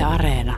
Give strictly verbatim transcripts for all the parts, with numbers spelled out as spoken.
Yle Areena.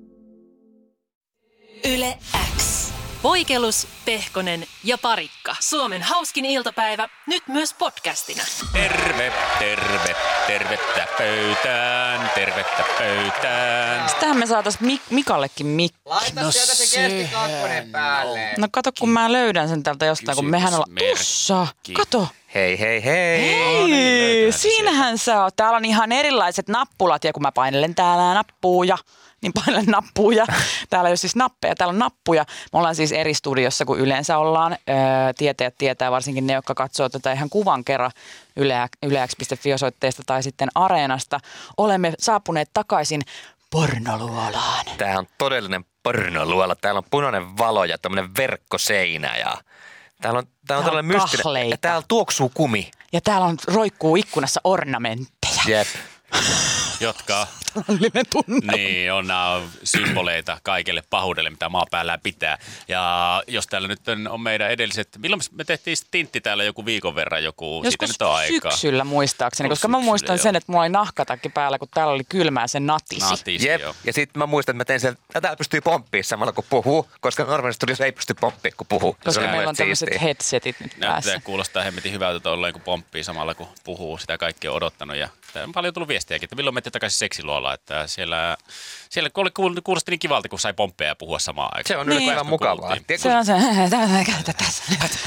Yle X. Voikelus, Pehkonen ja Parikka. Suomen hauskin iltapäivä, nyt myös podcastina. Terve, terve, tervettä pöytään, tervettä pöytään. Sitähän me saatais Mik- Mikallekin Mik... Laita no sieltä se Kersti kakkonen päälle. No kato, kun mä löydän sen täältä jostain, kun mehän ollaan... Tuossa! Kato! Hei, hei, hei. Hei, niin, siinähän sä oot. Täällä on ihan erilaiset nappulat ja kun mä painelen täällä nappuja, niin painelen nappuja. Täällä ei ole siis nappeja, täällä on nappuja. Me ollaan siis eri studiossa kuin yleensä ollaan. Öö, tietäjät tietää, varsinkin ne, jotka katsoo tätä ihan kuvan kerran yle x piste fi-osoitteesta tai sitten Areenasta. Olemme saapuneet takaisin pornoluolaan. Tää on todellinen pornoluola. Täällä on punainen valo ja tämmönen verkkoseinä ja... Täällä on, täällä on tällainen mystinen. Ja täällä tuoksuu kumi. Ja täällä on roikkuu ikkunassa ornamentteja. Jep. Jotka Todellinen tunnelma. niin, on nämä symboleita kaikelle pahuudelle, mitä maapäällään pitää. Ja jos täällä nyt on, on meidän edelliset, milloin me tehtiin tintti täällä joku viikon verran joku, Joskus siitä nyt on aikaa. Syksyllä muistaakseni, koska Syksyllä, mä muistan joo. sen, että mulla oli nahkatakki päällä, kun täällä oli kylmää, se natisi. Natisi, Jep. joo. Ja sitten mä muistan, että mä tein sen, että täällä pystyy pomppimaan samalla kun puhuu, koska normaalisti studiossa ei pysty pomppimaan kun puhuu. Koska meillä on tämmöiset siistiä. headsetit nyt päässä. Näyttää, kuulostaa hemmetin hyvältä tolleen, kun pomppii samalla kun puhuu. Sitä kaikki on odottanut ja on paljon tullut viestiäkin, että milloin menette takaisin seksiluolaan, että siellä, siellä kuulosti niin kivalta, kun sai pomppeja ja puhua samaan aikaan. Se on Niin. yllättävän mukavaa. Se on se, käytä tässä.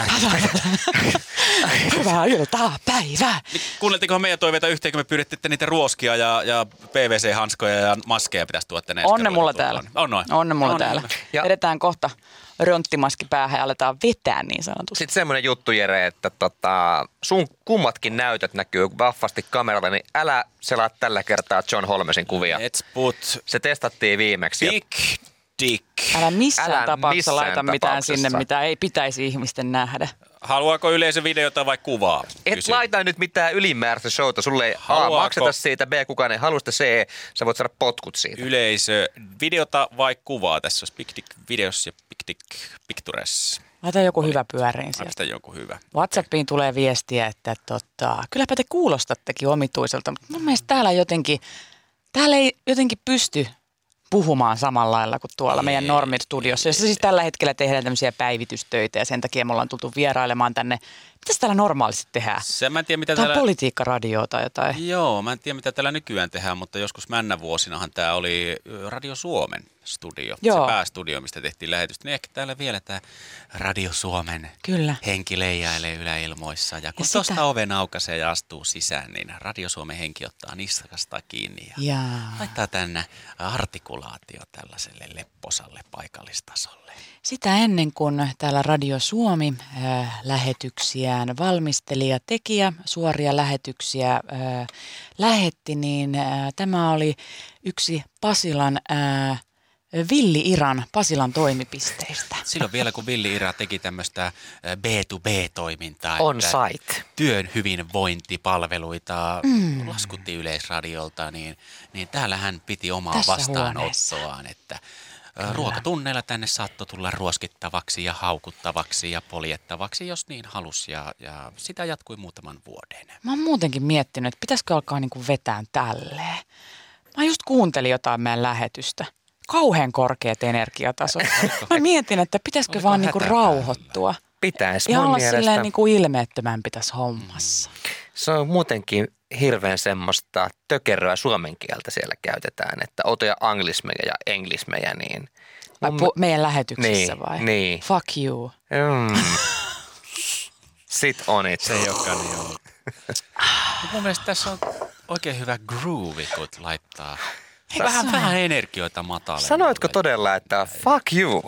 Hyvää iltaa, päivää. Kuunneltikohan meidän toiveita yhteen, kun me pyydettiin, että niitä ruoskia ja, ja P V C-hanskoja ja maskeja pitäisi tuoda tänne. On ne mulla täällä. On noin. On ne mulla On täällä. ne. Ja- Vedetään kohta ronttimaski päähän ja aletaan vetää niin sanotusti. Sitten semmoinen juttu, Jere, että tota, sun kummatkin näytöt näkyy vaffasti kameralla, niin älä selaa tällä kertaa John Holmesin kuvia. Let's put Se testattiin viimeksi. ja big dick. Älä missään Älä tapauksessa missään laita mitään tapauksessa. sinne, mitä ei pitäisi ihmisten nähdä. Haluaako yleisö videota vai kuvaa? Et Kysyn. laita nyt mitään ylimääräistä showta. Sulle ei A, Haluaako- makseta siitä, B, kukaan ei halua sitä, C, sä voit saada potkut siitä. Yleisö, videota vai kuvaa? Tässä olisi Big Dick Videos ja Big Dick Pictures. Laita joku hyvä pyöriin sieltä. Anna joku hyvä. WhatsAppiin tulee viestiä, että tota, kylläpä te kuulostattekin omituiselta, mutta mun mielestä täällä jotenkin, täällä ei jotenkin pysty puhumaan samalla lailla kuin tuolla Ei, meidän Normit-studiossa, jossa siis tällä hetkellä tehdään tämmöisiä päivitystöitä ja sen takia me ollaan tultu vierailemaan tänne. Mitäs täällä normaalisti tehdään? Se, mä en tiedä, mitä Tämä on täällä... politiikkaradioa tai jotain. Joo, mä en tiedä, mitä täällä nykyään tehdään, mutta joskus männä vuosinahan tämä oli Radio Suomen studio. Joo. Se päästudio, mistä tehtiin lähetystä. Niin ehkä täällä vielä tämä Radio Suomen Kyllä. henki leijailee yläilmoissa. Ja kun Ja tuosta sitä- oven aukaisee ja astuu sisään, niin Radio Suomen henki ottaa niskasta kiinni ja Jaa. laittaa tänne artikulaatio tällaiselle lepposalle paikallistasolle. Sitä ennen kuin täällä Radio Suomi äh, lähetyksiään valmisteli ja teki ja suoria lähetyksiä äh, lähetti, niin äh, tämä oli yksi Pasilan, äh, Villi Iran Pasilan toimipisteistä. Silloin vielä, kun Villi Ira teki tämmöistä B to B-toimintaa. On että site. Työn hyvinvointipalveluita mm. laskutti Yleisradiolta, niin, niin täällä hän piti omaa Tässä vastaanottoaan, että Kyllä. ruokatunneilla tänne saattoi tulla ruoskittavaksi ja haukuttavaksi ja poljettavaksi, jos niin halusi, ja, ja sitä jatkui muutaman vuoden. Mä oon muutenkin miettinyt, että pitäisikö alkaa niinku vetään tälleen. Mä just kuuntelin jotain meidän lähetystä. Kauhean korkeat energiatasot. Mä mietin, että pitäisikö Oliko vaan niinku hätä päällä? rauhoittua. Pitäis Ja mun olla mielestä. silleen niinku ilmeettömämpi tässä hommassa. Se on muutenkin hirveän semmoista tökeröä suomen kieltä siellä käytetään, että otoja anglismeja ja englismeja, niin... Vai mun- pu- meidän lähetyksessä Niin, vai? niin. Fuck you. Mm. Sit on it. Se ei olekaan niin ollut. Mun mielestä tässä on oikein hyvä groove, kun laittaa vähän, vähän energioita matalle. Sanoitko todella, että fuck you?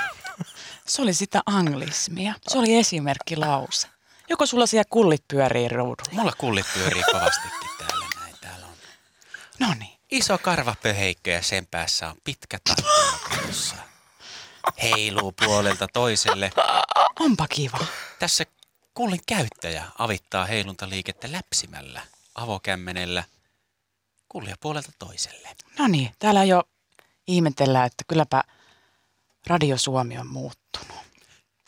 Se oli sitä anglismia. Se oli esimerkkilause. Joko sulla siellä kullit pyörii ruudulla? Mulla kullit pyörii kovastikin täällä näin. Täällä on No niin. iso karvapöheikkö ja sen päässä on pitkä tarttumakossa. Heiluu puolelta toiselle. Onpa kiva. Tässä kullin käyttäjä avittaa heiluntaliikettä läpsimällä avokämmenellä kullia puolelta toiselle. No niin, täällä jo ihmetellään, että kylläpä Radio Suomi on muuttunut.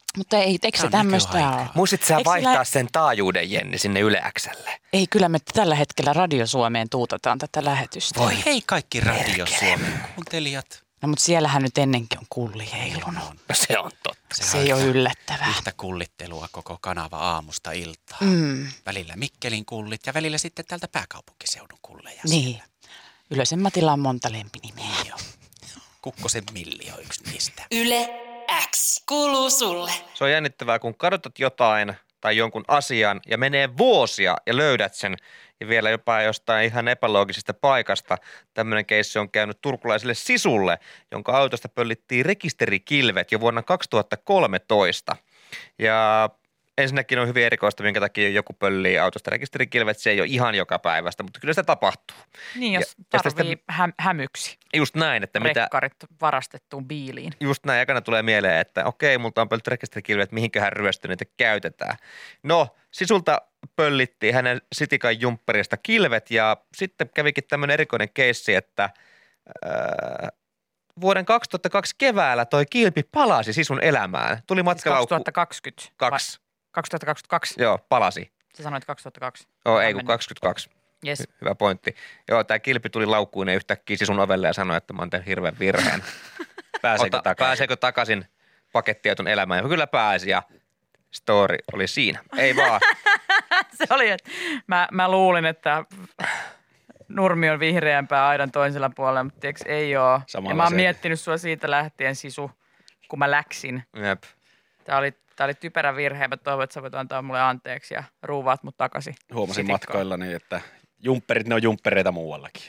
Mutta ei, eikö se tämmöistä ole? Muistit sä Eikö vaihtaa sillä... sen taajuuden, Jenni, sinne Yle X:lle? Ei, kyllä me tällä hetkellä Radio Suomeen tuutataan tätä lähetystä. Voi hei kaikki Radio Suomen kuuntelijat. No mutta siellähän nyt ennenkin on kulli heilunut. No se on totta. Se, se ei ole yllättävää. Yhtä kullittelua koko kanava aamusta iltaan. Mm. Välillä Mikkelin kullit ja välillä sitten täältä pääkaupunkiseudun kulleja. Niin. Siellä. Ylösen Matilla on monta lempinimeä. Joo. Kukkosen Milli on yksi niistä. Yle X kuuluu sulle. Se on jännittävää, kun kadotat jotain tai jonkun asian ja menee vuosia ja löydät sen ja vielä jopa jostain ihan epäloogisesta paikasta. Tämmöinen keissi on käynyt turkulaiselle Sisulle, jonka autosta pöllittiin rekisterikilvet jo vuonna kaksituhattakolmetoista. Ja ensinnäkin on hyvin erikoista, minkä takia joku pöllii autosta rekisterikilvet. Se ei ole ihan joka päivästä, mutta kyllä sitä tapahtuu. Niin, jos ja, tarvii ja häm- hämyksi. Just näin, että mitä... Rekkarit varastettuun biiliin. Just näin, ekana tulee mieleen, että okei, multa on pöllytty rekisterikilvet, mihinköhän ryöstöön niitä käytetään. No, Sisulta pöllittiin hänen Citikan jumpperista kilvet ja sitten kävikin tämmöinen erikoinen keissi, että äh, vuoden kaksituhattakaksi keväällä toi kilpi palasi Sisun elämään. Tuli matkalaukku. Siis kaksituhattakaksikymmentä. Kaksi. kaksituhattakaksikymmentäkaksi. Joo, palasi. Sä sanoit kaksituhattakaksi. Joo, ei kun kaksikymmentäkaksi. Yes. Hy- hyvä pointti. Joo, tää kilpi tuli laukkuun yhtäkkiä Sisun ovelle ja sanoi, että mä oon tehnyt hirveän virheen. Pääseekö Ota, takaisin? Pääseekö takaisin pakettiauton elämään? Ja kyllä pääsi ja story oli siinä. Ei vaan. Se oli, että mä, mä luulin, että nurmi on vihreämpää aidan toisella puolella, mutta tiiäks, ei oo. Samalla ja mä oon se- miettinyt sua siitä lähtien, Sisu, kun mä läksin. Jep. Tää oli, tää oli typerä virhe. Mä toivon, että sä voit antaa mulle anteeksi ja ruuvaat mut takaisin. Huomasin Sitikkaan. matkoillani, että jumpperit, ne on jumppereita muuallakin.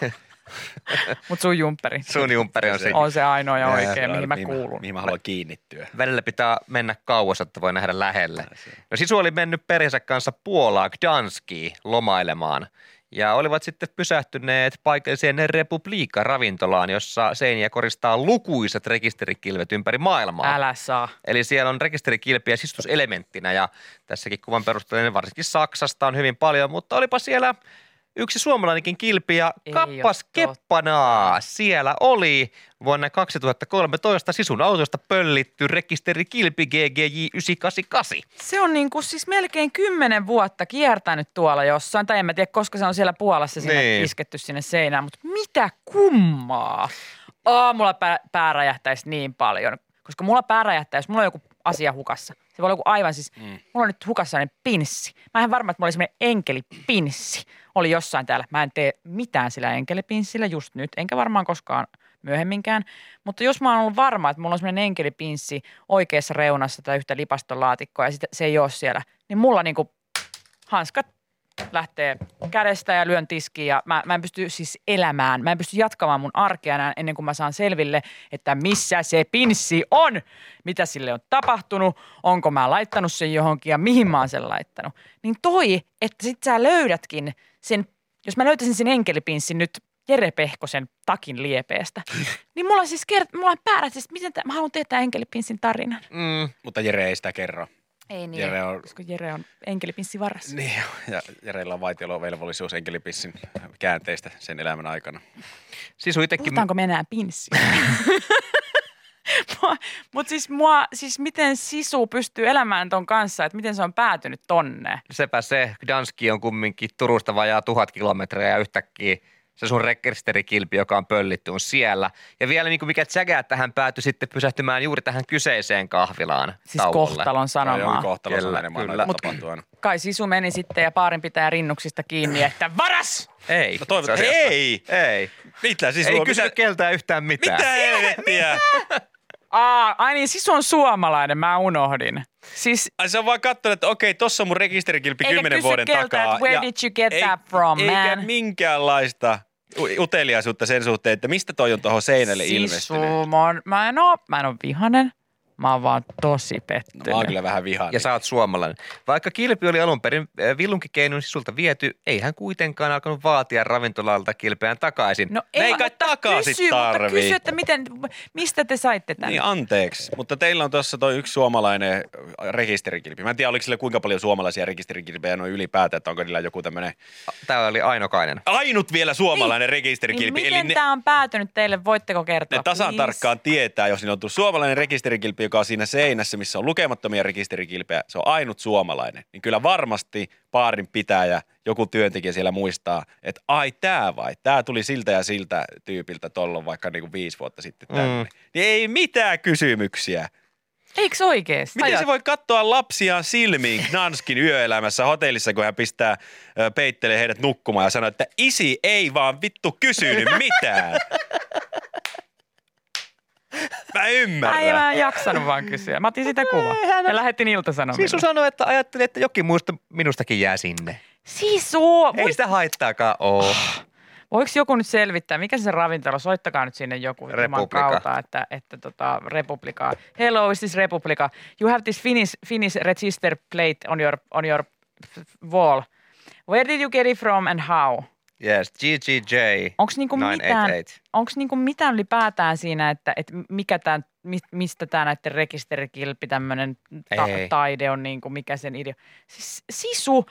Mut sun jumpperi. Sun jumpperi on siinä. On se ainoa ja Jaa, oikein, mihin mä mihin kuulun. Mihin mä haluan kiinnittyä. Välillä pitää mennä kauas, että voi nähdä lähelle. No Sisu oli mennyt perheensä kanssa Puolaan Gdanskiin lomailemaan. Ja olivat sitten pysähtyneet paikalliseen Republika-ravintolaan, jossa seiniä koristaa lukuisat rekisterikilvet ympäri maailmaa. Älä saa. Eli siellä on rekisterikilpiä sisustuselementtinä ja tässäkin kuvan perusteella varsinkin Saksasta on hyvin paljon, mutta olipa siellä yksi suomalainenkin kilpi ja Ei kappas oo totta. keppanaa. Siellä oli vuonna kaksituhattakolmetoista Sisun autosta pöllitty rekisterikilpi G G J yhdeksänsataakahdeksankymmentäkahdeksan. Se on niinku siis melkein kymmenen vuotta kiertänyt tuolla jossain, tai en mä tiedä, koska se on siellä Puolassa sinne Niin. isketty sinne seinään, mutta mitä kummaa? Aamulla pää, pää räjähtäisi niin paljon, koska mulla pää räjähtää, jos mulla on joku asia hukassa. Se voi olla joku aivan siis, mm. mulla on nyt hukassa sellainen pinssi. Mä en varma, että mulla oli semmoinen enkelipinssi. Oli jossain täällä. Mä en tee mitään sillä enkelipinssillä just nyt, enkä varmaan koskaan myöhemminkään. Mutta jos mä oon ollut varma, että mulla on semmoinen enkelipinssi oikeassa reunassa tai yhtä lipastolaatikkoa ja sit se ei ole siellä, niin mulla niinku hanskat lähtee kädestä ja lyön tiskiin ja mä, mä en pysty siis elämään. Mä en pysty jatkamaan mun arkea enää ennen kuin mä saan selville, että missä se pinssi on. Mitä sille on tapahtunut, onko mä laittanut sen johonkin ja mihin mä oon sen laittanut. Niin toi, että sit sä löydätkin sen, jos mä löytäisin sen enkelipinssin nyt Jere Pehkosen takin liepeestä, niin mulla siis kert- mulla on pääräisesti, että miten tää, mä haluan tehdä enkelipinssin tarinan. Mm. Mutta Jere ei sitä kerro. Ei niin, Jere on- koska Jere on enkelipinssi varassa. Niin, ja Jereillä on vaitiolovelvollisuus enkelipissin käänteistä sen elämän aikana. Sisu itsekin... Puhutaanko me enää pinssiä? Mutta siis, mua, siis miten Sisu pystyy elämään ton kanssa, että miten se on päätynyt tonne? Sepä se, Gdanski on kumminkin Turusta vajaa tuhat kilometriä ja yhtäkkiä se sun rekisterikilpi, joka on pöllitty, on siellä. Ja vielä niin kuin mikä tsägää, että hän päätyi sitten pysähtymään juuri tähän kyseiseen kahvilaan Siis tauolle. kohtalon Joo, sanomaa. kohtalon Kyllä, sanomaa, kyllä. näitä Mut- tapahtuu aina. Kai Sisu meni sitten ja paarin pitää rinnuksista kiinni, että varas! Ei. No toivot, itse asiassa. ei! Ei. Mitä siis? Ei sulla- kysy mitä- keltään yhtään mitään. Mitä helvettiä? Aa, ai niin, Sisu on suomalainen, mä unohdin. Siis Ai se on vaan katsonut, että okei, tossa on mun rekisterikilpi Eikä kymmenen kysy vuoden keltään, takaa. että where ja did you get ei- that from, Eikä man? minkäänlaista u- uteliaisuutta sen suhteen, että mistä toi on tuohon seinälle Sisu, ilmestynyt. mä, oon, mä en oo, mä en oo vihanen, mä oon vaan tosi pettynyt. No, mä oon kyllä vähän vihainen. Ja sä oot suomalainen. Vaikka kilpi oli alun perin äh, villunkikeinoin Sisulta viety, ei hän kuitenkaan alkanut vaatia ravintolalta kilpeään takaisin. No Ne ei ei, kai mutta takaisin kysy, mutta tarvii. kysy, että miten, mistä te saitte tämän? Niin, anteeksi. Mutta teillä on tuossa toi yksi suomalainen rekisterikilpi. Mä en tiedä, oliko sillä kuinka paljon suomalaisia rekisterikilpejä noin ylipäätään, että onko niillä joku tämmöinen Tämä oli ainokainen. ainut vielä suomalainen niin rekisterikilpi. miten Eli ne, tämä on päätynyt teille, voitteko kertoa? ne tasan please? tarkkaan tietää, jos niillä on tullut suomalainen rekisterikilpi joka on siinä seinässä, missä on lukemattomia rekisterikilpejä, se on ainut suomalainen, niin kyllä varmasti baarin pitäjä, joku työntekijä siellä muistaa, että ai tää vai, tää tuli siltä ja siltä tyypiltä tollon vaikka niinku viisi vuotta sitten tänne. Mm. Niin ei mitään kysymyksiä. Eiks oikeesti? Miten se voi katsoa lapsiaan silmiin Gdanskin yöelämässä hotellissa, kun hän pistää, peittelee heidät nukkumaan ja sanoo, että isi ei vaan vittu kysynyt mitään. Mä ymmärrän. Ei mä en jaksanut vaan kysyä. Mä otin sitä kuvaa. Ja lähettiin Ilta-Sanomille. Sisu sanoi, että ajatteli, että jokin muista minustakin jää sinne. Sisu! Ei sitä haittaakaan oo. Voiko joku nyt selvittää, mikä se ravintola? Soittakaa nyt sinne joku Republika. kautta, että, että tota, Republika. Hello, is this Republika? You have this Finnish, Finnish register plate on your, on your wall. Where did you get it from and how? Yes, G G J Onko niinku mitään, yhdeksänsataakahdeksankymmentäkahdeksan. onks niinku mitään ylipäätään siinä, että, että mikä tää, mistä tämä näiden rekisterikilpi, tämmöinen ta- taide on, niinku, mikä sen idea. Siis, sisu,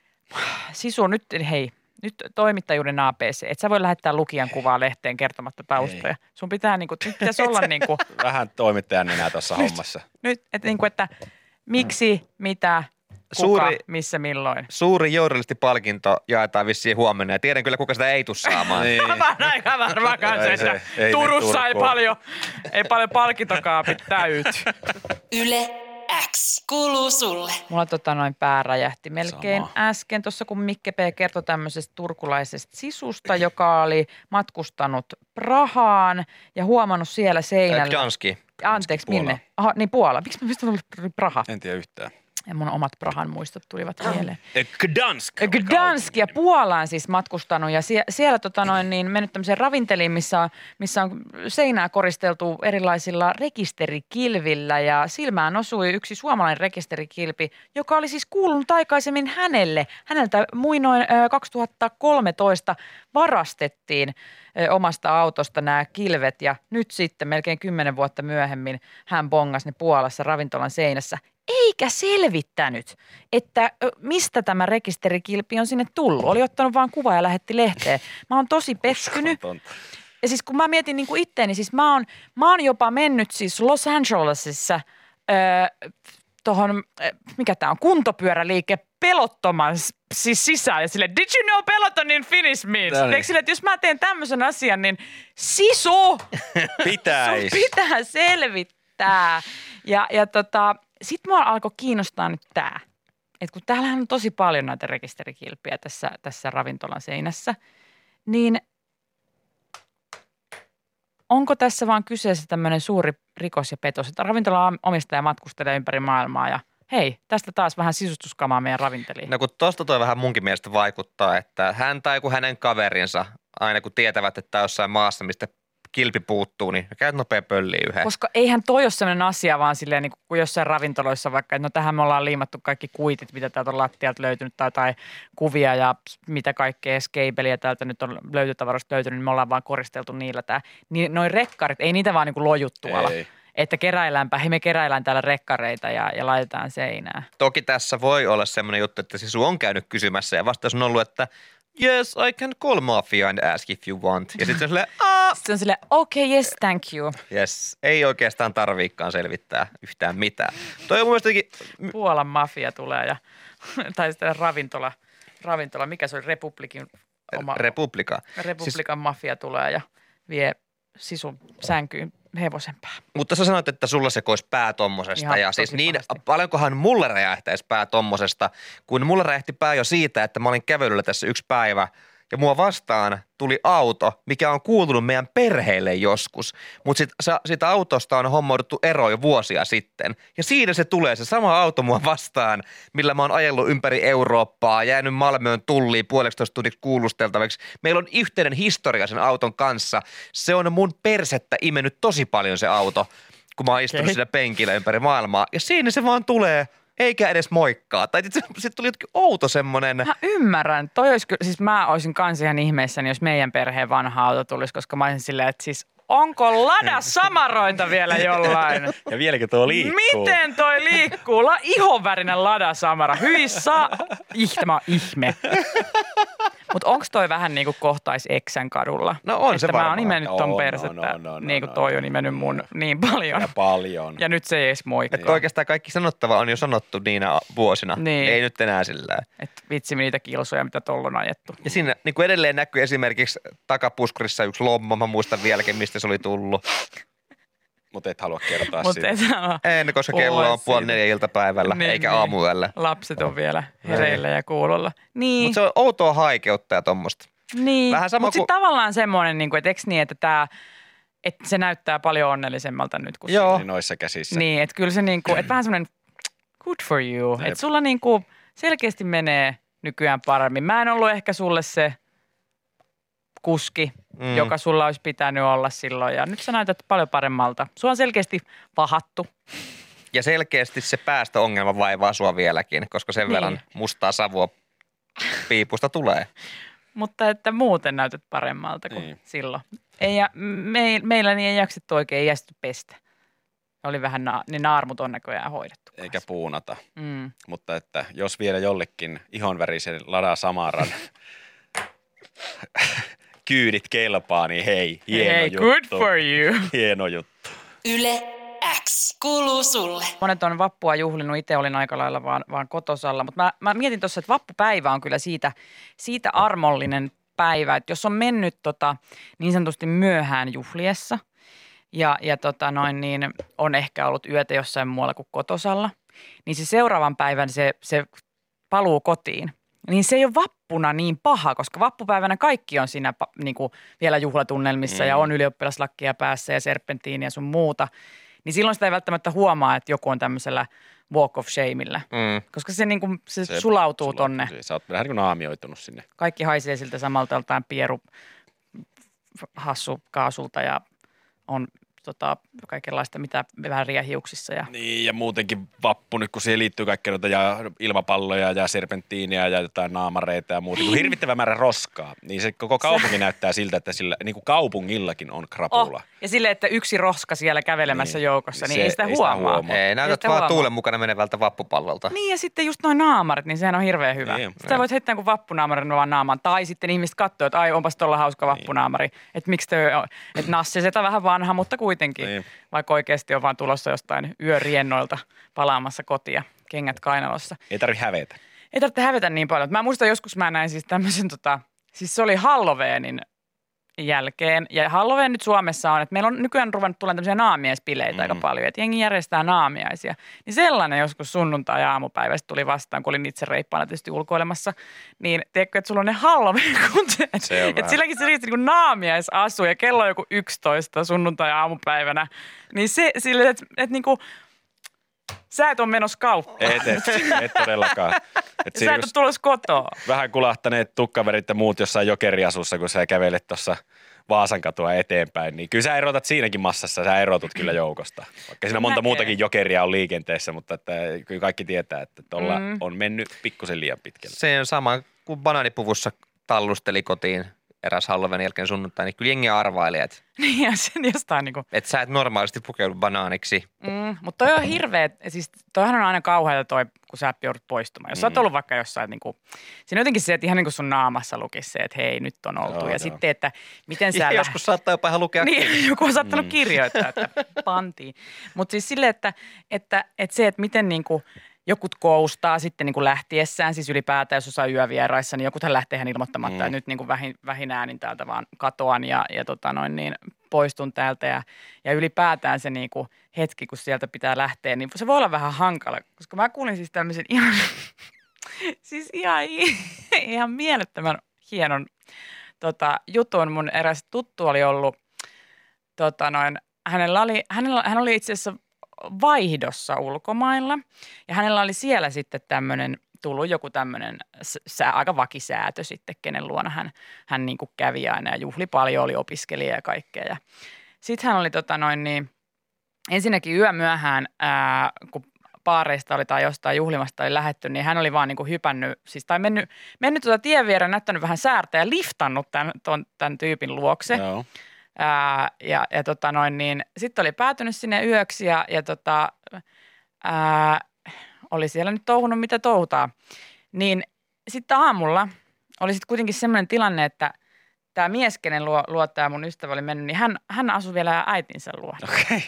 sisu, nyt hei, nyt toimittajuuden A B C, et sä voi lähettää lukijan kuvaa lehteen kertomatta taustoja. Ei. Sun pitää niinku, nyt pitäisi olla niinku. Vähän toimittajan nenää tuossa hommassa. Nyt, että niinku, että miksi, mitä, kuka, suuri, missä, milloin. Suuri journalistipalkinto jaetaan vissiin huomenna ja tiedän kyllä, kuka sitä ei tule saamaan. Niin. Mä oon aika varma kanssa, että ei Turussa ei paljon, ei paljon palkintokaapit täyty. Yle X kuuluu sulle. Mulla tota noin pää räjähti melkein Sama. äsken tuossa, kun Mikke P. kertoi tämmöisestä turkulaisesta sisusta, joka oli matkustanut Prahaan ja huomannut siellä seinällä. Gdanski. Anteeksi, Puola. minne? Aha, niin Puola. Miksi mä mistä tuli Praha? En tiedä yhtään. Ja mun omat Prahan muistot tulivat mieleen. Gdansk. Gdansk ja Puolaan siis matkustanut ja sie, siellä tota noin, niin mennyt tämmöiseen ravinteliin, missä on, missä on seinää koristeltu erilaisilla rekisterikilvillä ja silmään osui yksi suomalainen rekisterikilpi, joka oli siis kuulunut aikaisemmin hänelle. Häneltä muinoin ö, kaksituhattakolmetoista varastettiin ö, omasta autosta nämä kilvet ja nyt sitten melkein kymmenen vuotta myöhemmin hän bongasi ne Puolassa ravintolan seinässä. Eikä selvittänyt, että mistä tämä rekisterikilpi on sinne tullut. Oli ottanut vaan kuva ja lähetti lehteen. Mä oon tosi pettynyt. Ja siis kun mä mietin niin kuin itteeni, siis mä oon, mä oon jopa mennyt siis Los Angelesissa öö, tohon, mikä tää on, kuntopyöräliike pelottoman siis sisään. Ja silleen, did you know peloton in Finnish means? No niin. Eikö silleen, että jos mä teen tämmöisen asian, niin sisu! Pitäis. Sun pitää selvittää. Ja, ja tota... Sitten mua alkoi kiinnostaa nyt tämä, että kun täällähän on tosi paljon näitä rekisterikilpiä tässä, tässä ravintolan seinässä, niin onko tässä vaan kyseessä tämmöinen suuri rikos ja petos, että ravintolan omistaja matkustelee ympäri maailmaa ja hei, tästä taas vähän sisustuskamaa meidän ravinteliin. No kun tosta toi vähän munkin mielestä vaikuttaa, että hän tai kun hänen kaverinsa, aina kun tietävät, että tämä on jossain maassa, mistä kilpi puuttuu, niin käyt nopea pölliin yhden. Koska eihän toi ole sellainen asia vaan silleen niin kuin jossain ravintoloissa vaikka, että no tähän me ollaan liimattu kaikki kuitit, mitä täältä on lattialta löytynyt tai jotain kuvia ja mitä kaikkea skeibeliä täältä nyt on löytötavaroista löytynyt, niin me ollaan vaan koristeltu niillä tää. Niin noi rekkarit, ei niitä vaan niin kuin lojut tuolla. Ei. Että keräilläänpä, hei me keräillään täällä rekkareita ja, ja laitetaan seinään. Toki tässä voi olla semmoinen juttu, että sisu on käynyt kysymässä ja vastaus on ollut, että yes, I can call mafia and ask if you want. Ja sitten on silleen, aah. Sitten on silleen, okay, yes, thank you. Yes, ei oikeastaan tarviikaan selvittää yhtään mitään. Toi on mun mielestäkin... Puolan mafia tulee ja, tai sitten ravintola, ravintola, mikä se oli, Republikin oma... Republika. Republikan siis... mafia tulee ja vie sisun sänkyyn hevosen pää. Mutta sä sanoit, että sulla se kois pää tommosesta. Ihan ja siis niin, pahasti. Paljonkohan mulle räjähtäisi pää tommosesta, kun mulle räjähti pää jo siitä, että mä olin kävelyllä tässä yksi päivä ja mua vastaan tuli auto, mikä on kuulunut meidän perheelle joskus. Mutta sit, siitä autosta on hommouduttu ero jo vuosia sitten. Ja siinä se tulee, se sama auto mua vastaan, millä mä oon ajellut ympäri Eurooppaa, jäänyt Malmöön tulliin puoleksitoista tunniksi kuulusteltavaksi. Meillä on yhteinen historia sen auton kanssa. Se on mun persettä imennyt tosi paljon se auto, kun mä oon istunut okay. siinä penkillä ympäri maailmaa. Ja siinä se vaan tulee... Eikä edes moikkaa. Tai se, se tuli jotenkin outo semmoinen. Mä ymmärrän. Toi olisi kyllä, siis mä olisin kans ihan ihmeissäni, jos meidän perheen vanha auto tulisi, koska mä olisin silleen, että siis onko Lada Samaroita vielä jollain? Ja vieläkin tuo liikkuu. Miten toi liikkuu? La, ihonvärinen Lada Samara. Hyi saa. Ihme, ihme. Mutta onko toi vähän niin kuin kohtais Eksän kadulla? No on että se mä varmaan. oon nimennyt ton On, persettä, on, on, on, niin kuin on, toi on. on nimennyt mun niin paljon. Ja paljon. Ja nyt se ei edes moikkaa. Että oikeastaan kaikki sanottava on jo sanottu niinä vuosina. Niin. Ei nyt enää sillä. Että vitsi niitä kilsoja, mitä tolla on ajettu. Ja siinä niin kuin edelleen näkyy esimerkiksi takapuskurissa yksi lomma. Mä muistan vieläkin, mistä se oli tullut. Mutta et halua kertoa Mutta siitä. ei sano. En, koska Puhua kello on puoli siitä. neljä iltapäivällä, Niin, eikä niin. aamuyöllä. Lapset on vielä hereillä ja kuulolla. Niin. Mutta se on outoa haikeutta ja tommoista. Niin, Vähän sama mutta sitten kuin- tavallaan semmoinen, niin kuin, että eikö niin, että, tää, että se näyttää paljon onnellisemmalta nyt kuin Joo. Niin noissa käsissä. se. Niin, että kyllä se niin kuin, että vähän semmoinen good for you. Jep. Että sulla niin kuin selkeästi menee nykyään paremmin. Mä en ollut ehkä sulle se kuski, Mm. mm. joka sulla olisi pitänyt olla silloin. Ja nyt sä näytät paljon paremmalta. Sua on selkeästi vahattu. Ja selkeästi se päästöongelma vaivaa sua vieläkin, koska sen Niin. verran mustaa savua piipusta tulee. Mutta että muuten näytät paremmalta kuin Niin. niin. silloin. Ei, ja me, meillä niin ei jaksettu oikein, ei jaksettu pestä. Oli vähän, na, niin naarmut on näköjään hoidettu. Eikä kanssa. puunata. Mm. Mutta että jos vielä jollekin ihonvärisen Lada Samaran kyydit kelpaa, niin hei, hieno Hey, juttu. good for you. Hieno juttu. Yle X kuuluu sulle. Monet on vappua juhlinut, itse olin aika lailla vaan, vaan kotosalla, mutta mä, mä mietin tuossa, että vappupäivä on kyllä siitä, siitä armollinen päivä, että jos on mennyt tota, niin sanotusti myöhään juhliessa ja, ja tota noin, niin on ehkä ollut yötä jossain muualla kuin kotosalla, niin se seuraavan päivän se, se paluu kotiin, niin se ei ole vappuna niin paha, koska vappupäivänä kaikki on siinä pa- niin kuin vielä juhlatunnelmissa mm. ja on ylioppilaslakkia päässä ja serpenttiiniä ja sun muuta. Niin silloin sitä ei välttämättä huomaa, että joku on tämmöisellä walk of shameillä, Mm. koska se, niin kuin, se, Se se sulautuu tonne. Sä oot vähän niin kuin naamioitunut sinne. Kaikki haisee siltä samalta joltain pieru hassu kaasulta ja on tota, kaikenlaista mitä väriä hiuksissa. Ja... Niin, ja muutenkin vappu nyt, kun siihen liittyy kaikkea noita ja ilmapalloja ja serpenttiiniä ja jotain naamareita ja muuta, kun hirvittävä määrä roskaa, niin se koko kaupunki näyttää siltä, että sillä niin kuin kaupungillakin on krapula. Oh, ja silleen, että yksi roska siellä kävelemässä Niin. joukossa, niin Se- ei sitä ei sitä huomaa. huomaa. Ei, Ei näytät sitä vaan huomaa. tuulen mukana menevältä vappupallolta. Niin ja sitten just noin naamarit, niin sehän on hirveän hyvä. Niin. Sitä voit heittää kuin vappunaamarin vaan naamaan. Tai sitten ihmiset katsoo, että ai onpas tuolla hauska vappunaamari. Että miksi te, että Nassi setä vähän vanha, mutta kuitenkin. Niin. Vaikka oikeasti on vaan tulossa jostain yöriennoilta palaamassa kotia, kengät kainalossa. Ei tarvitse hävetä. Ei tarvitse hävetä niin paljon. Mä muistan joskus mä näin siis tämmöisen tota, siis se oli Halloweenin jälkeen. Ja Halloween nyt Suomessa on, että meillä on nykyään ruvennut tulemaan tämmöisiä naamiespileitä mm. aika paljon, että jengi järjestää naamiaisia. Niin sellainen joskus sunnuntai- ja aamupäivästä tuli vastaan, kun olin itse reippaana tietysti ulkoilemassa. Niin tiedätkö, että sulla on ne Halloween-kunteet. Se on Että vähän. silläkin se riitti niin kuin naamiaisasu ja kello on joku yksitoista sunnuntai- ja aamupäivänä. Niin se silleen, että, että niin kuin, sä et ole menossa kauppaan. Et, et, et todellakaan. Et Sä siinä, et kun ole tulossa kotoa. vähän kulahtaneet tukkaverit ja muut jossain jokeriasussa, kun sä kävelet tuossa Vaasan katua eteenpäin, niin kyllä sä erotat siinäkin massassa, sä erotut kyllä joukosta. Vaikka siinä monta Näkee. muutakin jokeria on liikenteessä, mutta että kyllä kaikki tietää, että tuolla Mm. on mennyt pikkusen liian pitkälle. Se on sama kuin banaanipuvussa tallusteli kotiin eräs Halloween jälkeen sunnuntai, niin kyllä jengi arvaili, että, Niin ja sen jostain niinku. että sä et normaalisti pukeudu banaaniksi. Mm, mutta toi on hirveä, siis toihan on aina kauheata toi, kun sä joudut poistumaan. Jos sä oot ollut vaikka jossain, niin kuin, siinä on jotenkin se, että ihan niin kuin sun naamassa lukisi se, että hei, nyt on oltu. Joo, ja joo. sitten, että miten sä... Ja lä- joskus saattaa jopa ihan lukea. Niin, joku on saattanut mm. kirjoittaa, että pantiin. Mutta siis silleen, että, että, että se, että miten niin kuin jokut koustaa sitten niin kuin lähtiessään, siis ylipäätään, jos osaa yövieraissa, niin jokuthan lähtee ihan ilmoittamatta, Mm. että nyt niin kuin vähin, vähin äänin täältä vaan katoan ja, ja tota noin niin, poistun täältä. Ja, ja ylipäätään se niin kuin hetki, kun sieltä pitää lähteä, niin se voi olla vähän hankala, koska mä kuulin siis tämmöisen ihan, siis ihan, ihan mielettömän hienon tota, jutun. Mun eräs tuttu oli ollut, tota noin, hänellä oli, hänellä, hän oli itse asiassa vaihdossa ulkomailla ja hänellä oli siellä sitten tämmöinen, tullut joku tämmöinen sää, aika vakisäätö sitten, kenen luona hän, hän niin kuin kävi aina ja juhli paljon, oli opiskelija ja kaikkea. Ja sitten hän oli tota noin niin, ensinnäkin yömyöhään, ää, kun baareista oli tai jostain juhlimasta oli lähetty, niin hän oli vaan niin kuin hypännyt, siis tai mennyt, mennyt tuota tien viereen, näyttänyt vähän säärtä ja liftannut tämän, ton, tämän tyypin luokse. Joo. Ää, ja ja tota noin, niin sitten oli päätynyt sinne yöksi ja, ja tota, ää, oli siellä nyt touhunut mitä touhutaan. Niin sitten aamulla oli sitten kuitenkin semmoinen tilanne, että tämä mies, kenen luo, luo tämä mun ystävä oli mennyt, niin hän, hän asui vielä äitinsä luo. Okei. Okay.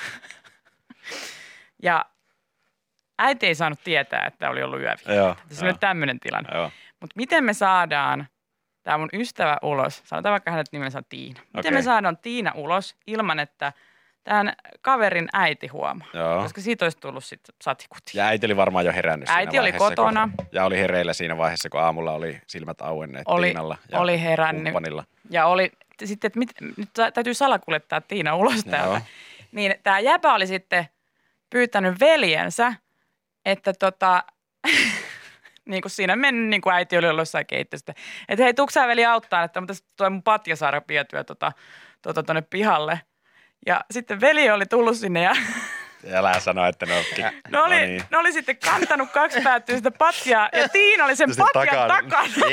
Ja äiti ei saanut tietää, että oli ollut yöviikko. Joo. Tässä on nyt tämmöinen tilanne. Joo. Mutta miten me saadaan tämä mun ystävä ulos, sanotaan vaikka hänet nimensä Tiina. Miten Okei. me saadaan Tiina ulos ilman, että tämän kaverin äiti huomaa? Joo. Koska siitä olisi tullut sitten satikutia. Ja äiti oli varmaan jo herännyt Äiti siinä oli vaiheessa, kotona. Kun, ja oli hereillä siinä vaiheessa, kun aamulla oli silmät auenneet Oli- Tiinalla ja oli herännyt. kumppanilla. Ja oli sitten, että mit, nyt täytyy salakuljettaa Tiina ulos täältä. Joo. Niin tämä jäpä oli sitten pyytänyt veljensä, että tota, niin kuin siinä mennyt, niin kuin äiti oli ollut jossain keittiöstä, että hei, tuutko sä veli auttaa, että mä tässä tuo mun patja saada vietyä tota, tota tonne pihalle. Ja sitten veli oli tullut sinne ja Älä sano, että ne on... Ki- ne oli, no niin. ne oli sitten kantanut kaksi päättyä sitä patjaa ja Tiina oli sen Sitten patjan takana. takana.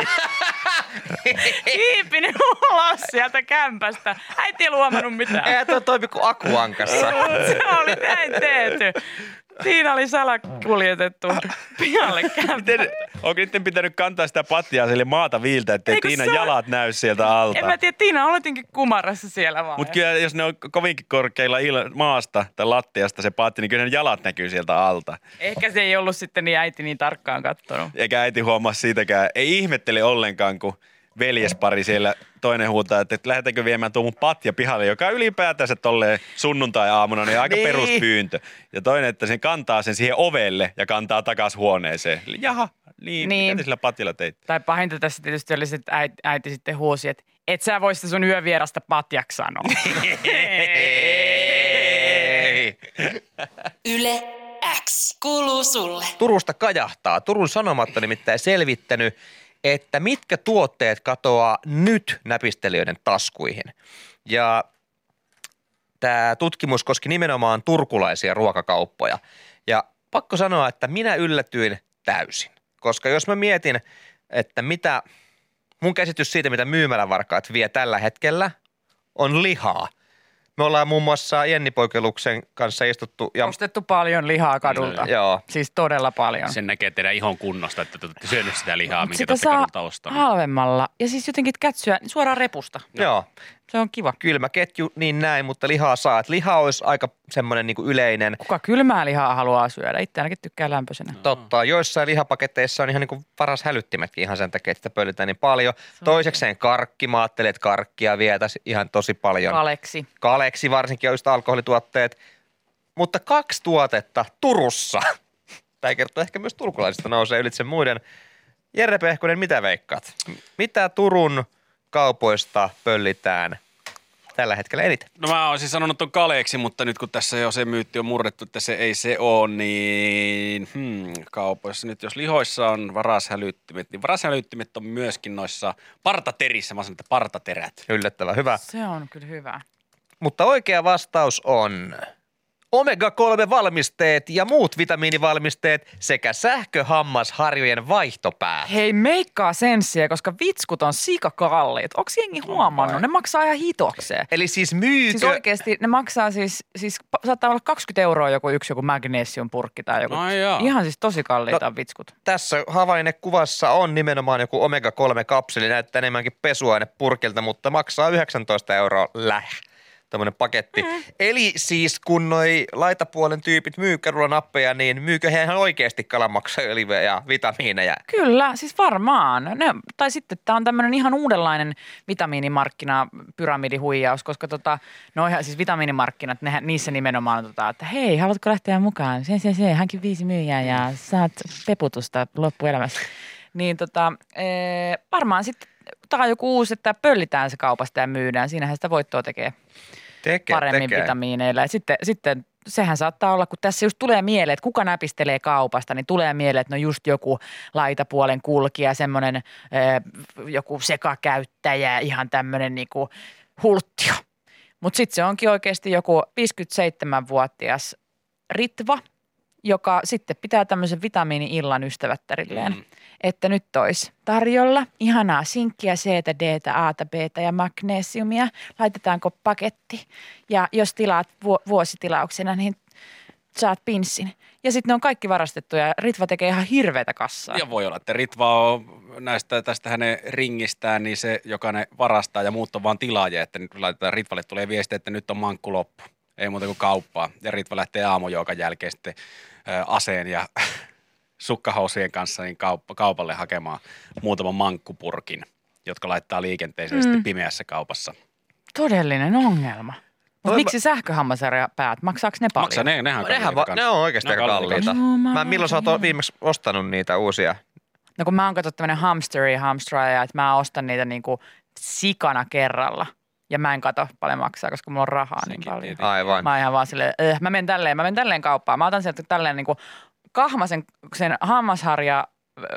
Kiipinyt ulos sieltä kämpästä. Äiti ei huomannut mitään. Eihän tuo toimi kuin akuankassa. Se oli näin tehty. Tiina oli salakuljetettu pihalle kämpälle. Miten, onko niiden pitänyt kantaa sitä patjaa sille maata viiltä, ettei Eikö Tiinan se- jalat näy sieltä alta? En mä tiedä, Tiina on jotenkin kumarassa siellä vaan. Mutta kyllä jos ne on kovinkin korkeilla il- maasta tai lattiasta se patti, niin kyllä ne jalat näkyy sieltä alta. Ehkä se ei ollut sitten niin äiti niin tarkkaan katsonut. Eikä äiti huomaa siitäkään. Ei ihmettele ollenkaan, kun veljespari siellä toinen huutaa, että, että lähdetäänkö viemään tuo mun patja pihalle, joka ylipäätänsä tolleen sunnuntai-aamuna, niin aika Niin. peruspyyntö. Ja toinen, että sen kantaa sen siihen ovelle ja kantaa takas huoneeseen. Eli jaha, niin, Niin. mitä te sillä patjalla teit? Tai pahinta tässä tietysti oli se, että äiti, äiti sitten huusi, että et sä voi sitä sun yövierasta patjaksi sanoa. Ei. Yle X kuuluu sulle. Turusta kajahtaa. Turun Sanomat on nimittäin selvittänyt, että mitkä tuotteet katoaa nyt näpistelijöiden taskuihin. Ja tämä tutkimus koski nimenomaan turkulaisia ruokakauppoja. Ja pakko sanoa, että minä yllätyin täysin. Koska jos mä mietin, että mitä mun käsitys siitä, mitä myymälävarkaat vie tällä hetkellä, on lihaa. Me ollaan muun muassa Jenni Poikeluksen kanssa istuttu ja Ostettu paljon lihaa kadulta. joo, Siis todella paljon. Sen näkee teidän ihon kunnosta, että te olette syönyt sitä lihaa, Mut minkä sitä te olette saa kadulta ostanut. halvemmalla. Ja siis jotenkin kätsyä suoraan repusta. joo. Se on kiva. Kylmä ketju, niin näin, mutta lihaa saa. Et liha olisi aika semmoinen niin kuin yleinen. Kuka kylmää lihaa haluaa syödä? Itse ainakin tykkää lämpöisenä. Totta, joissain lihapaketeissa on ihan niin kuin paras hälyttimetkin ihan sen takia, että sitä pölytään niin paljon. Toisekseen karkki, mä ajattelin, että karkkia vietäisi ihan tosi paljon. Kaleksi. Kaleksi varsinkin on just alkoholituotteet. Mutta kaksi tuotetta Turussa. Tämä kertoo ehkä myös turkulaisista nousee ylitse muiden. Jere Pehkonen, mitä veikkaat? Mitä Turun kaupoista pöllitään tällä hetkellä eniten? No mä olisin sanonut ton kaleeksi, mutta nyt kun tässä jo se myytti on murrettu, että se ei se ole, niin hmm, kaupoissa nyt jos lihoissa on varashälyttimet, niin varashälyttimet on myöskin noissa partaterissä. Mä sanon, että partaterät. Yllättävän hyvä. Se on kyllä hyvä. Mutta oikea vastaus on omega kolme valmisteet ja muut vitamiinivalmisteet sekä sähköhammasharjojen vaihtopää. Hei, meikkaa senssiä, koska vitskut on sikakalliit. Onko jengi huomannut? Ne maksaa ihan hitokseen. Eli siis myykö... Siis oikeasti ne maksaa siis, siis pa- saattaa olla kaksikymmentä euroa joku yksi joku magnesiumpurkki tai joku. No joo. Ihan siis tosi kalliita No, on vitskut. Tässä havainekuvassa on nimenomaan joku omega kolme kapseli, näyttää enemmänkin pesuainepurkilta, mutta maksaa yhdeksäntoista euroa läh. Tämmöinen paketti. Mm. Eli siis kun noi laitapuolen tyypit myy karulanappeja, niin myykö he ihan oikeasti kalamaksaöljyä ja vitamiineja? Kyllä, siis varmaan. Ne, tai sitten tämä on tämmöinen ihan uudenlainen vitamiinimarkkina, pyramidihuijaus, koska tota, no ihan siis vitamiinimarkkinat, nehän, niissä nimenomaan on tota, että hei, haluatko lähteä mukaan? Se, se, se, hankin viisi myyjää ja saat peputusta loppuelämässä. Niin tota, ee, varmaan sitten tämä on joku uusi, että pöllitään se kaupasta ja myydään. Siinähän sitä voittoa tekee Tekee, paremmin tekee. vitamiineilla. Ja sitten, sitten sehän saattaa olla, kun tässä just tulee mieleen, että kuka näpistelee kaupasta, niin tulee mieleen, että no just joku laitapuolen kulkija, semmoinen äh, joku sekakäyttäjä, ihan tämmöinen niinku hulttio. Mutta sitten se onkin oikeasti joku viisikymmentäseitsemänvuotias Ritva, joka sitten pitää tämmöisen vitamiini-illan ystävättärilleen. Mm. Että nyt olisi tarjolla ihanaa sinkkiä, C-tä, D-tä, A-tä, B-tä ja magnesiumia. Laitetaanko paketti? Ja jos tilaat vu- vuositilauksena, niin saat pinssin. Ja sitten ne on kaikki varastettu ja Ritva tekee ihan hirveätä kassaa. Ja voi olla, että Ritva on näistä, tästä hänen ringistään, niin se, joka ne varastaa ja muut on vaan tilaajia, että nyt laitetaan Ritvalle tulee viesti, että nyt on mankku loppu. Ei muuta kuin kauppaa. Ja Ritva lähtee aamujoukan jälkeen sitten ä, aseen ja sukkahousien kanssa niin kauppa, kaupalle hakemaan muutaman mankkupurkin, jotka laittaa liikenteeseen mm. sitten pimeässä kaupassa. Todellinen ongelma. Mutta miksi sähköhammasharja päät? Maksaako ne paljon? Maksaa ne, nehän on Nehän va- ne on oikeasti aika kalliita. No, mä mä milloin sä oot viimeksi ostanut niitä uusia? No kun mä oon katsottu tämmönen hamsteri hamstraja, että mä ostan niitä niinku sikana kerralla. Ja mä en kato paljon maksaa, koska mulla on rahaa Sekin niin paljon. tietenkin. Aivan. Mä oon ihan vaan silleen, äh, mä menen tälleen, mä menen tälleen kauppaan. Mä otan sieltä tälleen niinku kahmasen sen hammasharja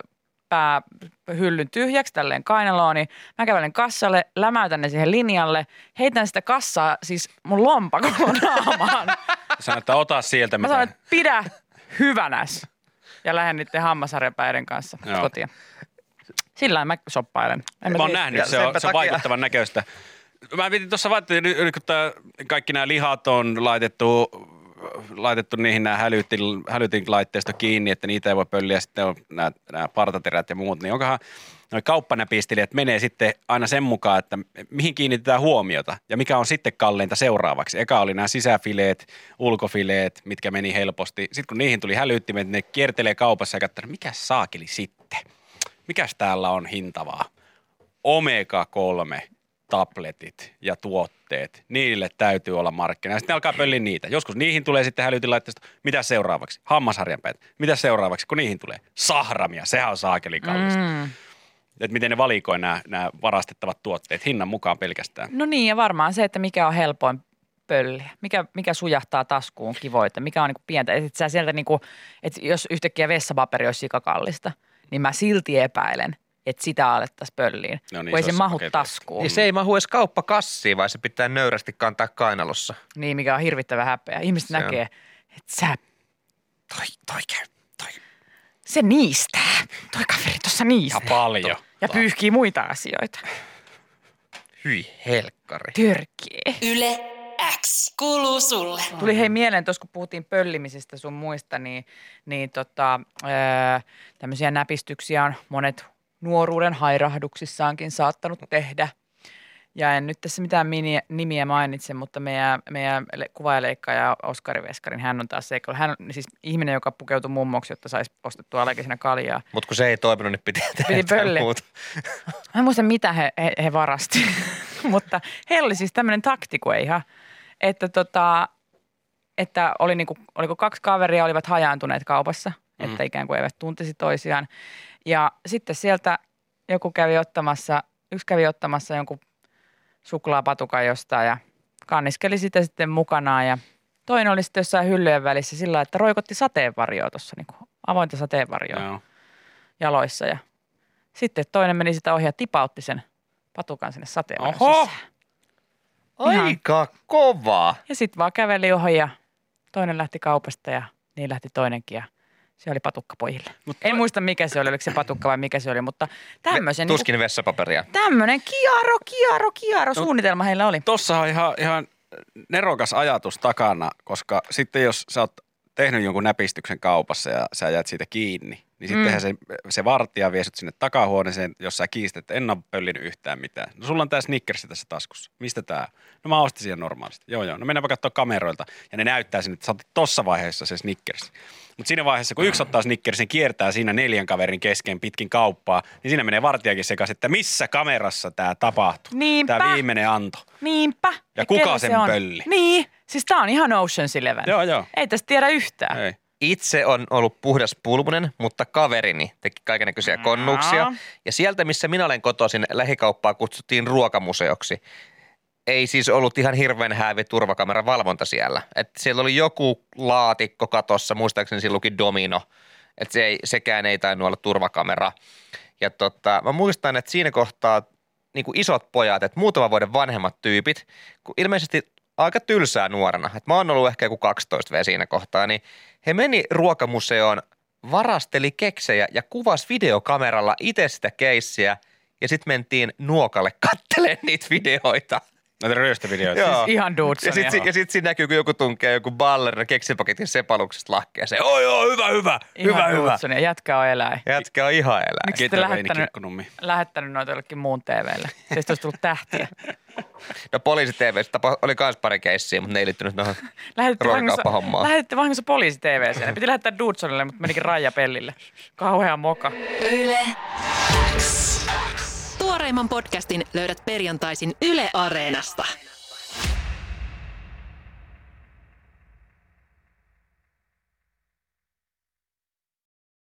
pää hyllyn tyhjäksi tälleen kainaloon, niin mä kävelen kassalle, lämäytän ne siihen linjalle, heitän sitä kassaa siis mun lompakon naamaan. Sanoit, että ota sieltä Mä mitä. sanoin, että pidä hyvänäs. Ja lähden niiden hammasharjapäiden kanssa Joo. kotiin. Sillä mä shoppailen. En Mä oon tiedä. nähnyt, Ja se on, senpä se on takia- vaikuttavan näköistä. Mä piti tuossa vaan, että nyt kun tää, kaikki nämä lihat on laitettu, laitettu niihin nämä hälytin, hälytinlaitteisto kiinni, että niitä ei voi pölliä, sitten on nämä, nämä partaterät ja muut, niin onkohan noi kauppanäpistelijät menee sitten aina sen mukaan, että mihin kiinnitetään huomiota ja mikä on sitten kalleinta seuraavaksi. Eka oli nämä sisäfileet, ulkofileet, mitkä meni helposti. Sitten kun niihin tuli hälyttimet, ne kiertelee kaupassa ja katsoo, mikä saakeli sitten? Mikäs täällä on hintavaa? omega kolme tabletit ja tuotteet, niille täytyy olla markkina. Ja sitten ne alkaa pölliä niitä. Joskus niihin tulee sitten hälytinlaitteesta, mitä seuraavaksi? Hammasharjanpäät. Mitä seuraavaksi, kun niihin tulee? Sahramia, sehän on saakeli kallista. Mm. Että miten ne valikoi nämä, nämä varastettavat tuotteet hinnan mukaan pelkästään. No niin, ja varmaan se, että mikä on helpoin pölliä. Mikä, mikä sujahtaa taskuun kivoita, mikä on niinku pientä. Että sä sieltä niinku, että jos yhtäkkiä vessapaperi olisi sikakallista, niin mä silti epäilen, että sitä alettaisiin pölliin, No niin, kun ei se se olisi mahu paketti. taskuun. Niin se ei mahu edes kauppakassiin, vaan se pitää nöyrästi kantaa kainalossa. Niin, mikä on hirvittävä häpeä. Ihmiset Se on. näkee, että sä, Toi, toi käy, toi. se niistää. Toi kaveri tuossa niistää. Ja paljon. Ja pyyhkii muita asioita. Hyi helkkari. Törkee. Yle X kuuluu sulle. Tuli hei mieleen, tuossa kun puhuttiin pöllimisestä sun muista, niin, niin tota, öö, tämmöisiä näpistyksiä on monet nuoruuden hairahduksissaankin saattanut tehdä. Ja en nyt tässä mitään mini- nimiä mainitse, mutta meidän, meidän le- kuvaajaleikkaaja Oskari Veskarin, hän on taas seikalla. Hän on siis ihminen, joka pukeutui mummoksi, jotta saisi ostettua alkeisena kaljaa. Mutta kun se ei toiminut, niin piti tehdä Piti pölliä. muuta. Mä en muista, mitä he, he, he varasti, mutta heillä oli siis tämmöinen taktiku ihan, että, tota, että oli niinku, oliko kaksi kaveria, olivat hajaantuneet kaupassa, mm. että ikään kuin eivät tuntisi toisiaan. Ja sitten sieltä joku kävi ottamassa, yksi kävi ottamassa jonkun suklaapatukan jostain ja kanniskeli sitä sitten mukanaan. Ja toinen oli sitten jossain hyllyjen välissä sillä lailla, että roikotti sateenvarjoa tuossa, niinku avointa sateenvarjoa Joo. jaloissa. Ja sitten toinen meni sitä ohi ja tipautti sen patukan sinne sateenvarjon Oho! sisään. Ihan. Aika kovaa. Ja sitten vaan käveli ohi ja toinen lähti kaupasta ja niin lähti toinenkin ja se oli patukka pojille. Mut En toi- muista mikä se oli, oliko se patukka vai mikä se oli, mutta tämmöisen niinku, Tuskin vessapaperia. tämmöinen kiaro, kiaro, kiaro suunnitelma heillä oli. Tuossa on ihan, ihan nerokas ajatus takana, koska sitten jos sä oot tehnyt jonkun näpistyksen kaupassa ja sä jäät siitä kiinni, niin sittenhän se, se vartija vie sut sinne takahuoneeseen, jos sä kiistät, että en ole pöllinyt yhtään mitään. No sulla on tää Snickersi tässä taskussa. Mistä tää? No mä ostin siihen normaalisti. Joo joo, no mennäänpä katsoa kameroilta. Ja ne näyttää sinne, että sä otit tossa vaiheessa se Snickersi. Mutta siinä vaiheessa, kun yksi ottaa Snickersin, kiertää siinä neljän kaverin kesken pitkin kauppaa, niin siinä menee vartijakin sekaisin, että missä kamerassa tää tapahtuu. Niinpä. Tää viimeinen anto. Niinpä. Ja kuka kellä sen se on? pölli? Niin, siis tää on ihan Ocean's Eleven. Joo, joo. Ei tästä tiedä yhtään. Ei. Itse on ollut puhdas pulmunen, mutta kaverini teki kaikennäköisiä konnuuksia. Ja sieltä, missä minä olen kotoisin, lähikauppaa kutsuttiin ruokamuseoksi. Ei siis ollut ihan hirveän häävi turvakameran valvonta siellä. Et siellä oli joku laatikko katossa, muistaakseni siinä luki Domino. Että se ei, sekään ei tainnut olla turvakamera. Ja tota, mä muistan, että siinä kohtaa niin kuin isot pojat, että muutaman vuoden vanhemmat tyypit, kun ilmeisesti aika tylsää nuorena, että mä oon ollut ehkä joku kaksitoista vuotta siinä kohtaa, niin he meni ruokamuseoon, varasteli keksejä ja kuvasi videokameralla itse sitä keissiä ja sitten mentiin nuokalle kattelemaan niitä videoita. Näitä ryöstövideoita. Joo. Ihan Dudsonia. Ja sitten sit siinä näkyy, kun joku tunkee joku ballerina keksipaketin sepaluksesta lahkeen. Se, oi joo, hyvä, hyvä, hyvä, Ihan hyvä. Dudsonia. Jätkä on eläin. Jätkä on ihan eläin. Miksi te Ketä Veini lähettänyt, Kirkkonummi? lähettänyt noita jollekin muun T V:lle? Teistä olisi tullut tähtiä. No poliisi-T V:ssä tapa, oli kans pari keissiä, mutta ne ei liittynyt noihin Lähetitte ruokakauppahommaan. lähetitte vahingossa poliisi T V:seen. Ne piti lähettää Dudsonille, mutta menikin Raija Pellille. Kauhea moka. Yle X. Tuoreimman podcastin löydät perjantaisin Yle Areenasta.